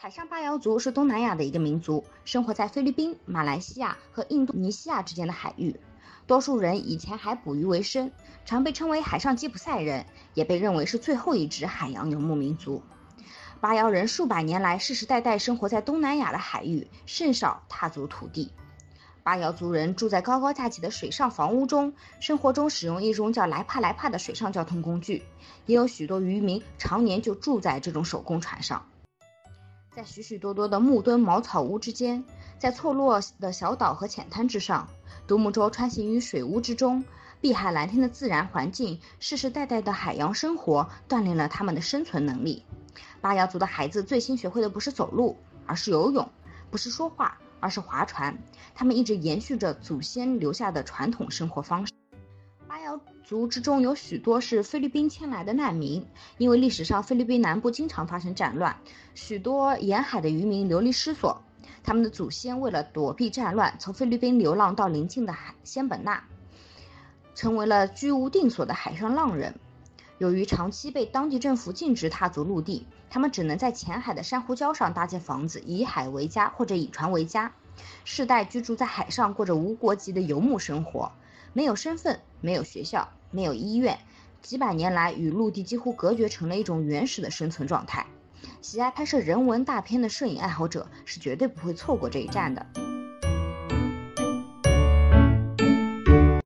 海上巴瑶族是东南亚的一个民族，生活在菲律宾、马来西亚和印度尼西亚之间的海域。多数人以前还捕鱼为生，常被称为海上吉普赛人，也被认为是最后一支海洋游牧民族。巴瑶人数百年来世世代代生活在东南亚的海域，甚少踏足土地。巴瑶族人住在高高架起的水上房屋中，生活中使用一种叫来帕来帕的水上交通工具，也有许多渔民常年就住在这种手工船上。在许许多多的木墩茅草屋之间，在错落的小岛和浅滩之上，独木舟穿行于水屋之中，碧海蓝天的自然环境，世世代代的海洋生活锻炼了他们的生存能力。巴瑶族的孩子最先学会的不是走路，而是游泳；不是说话，而是划船。他们一直延续着祖先留下的传统生活方式。巴瑶族之中有许多是菲律宾迁来的难民，因为历史上菲律宾南部经常发生战乱，许多沿海的渔民流离失所。他们的祖先为了躲避战乱，从菲律宾流浪到邻近的仙本那，成为了居无定所的海上浪人。由于长期被当地政府禁止踏足陆地，他们只能在浅海的珊瑚礁上搭建房子，以海为家或者以船为家，世代居住在海上，过着无国籍的游牧生活，没有身份，没有学校，没有医院，几百年来与陆地几乎隔绝，成了一种原始的生存状态。喜爱拍摄人文大片的摄影爱好者是绝对不会错过这一站的。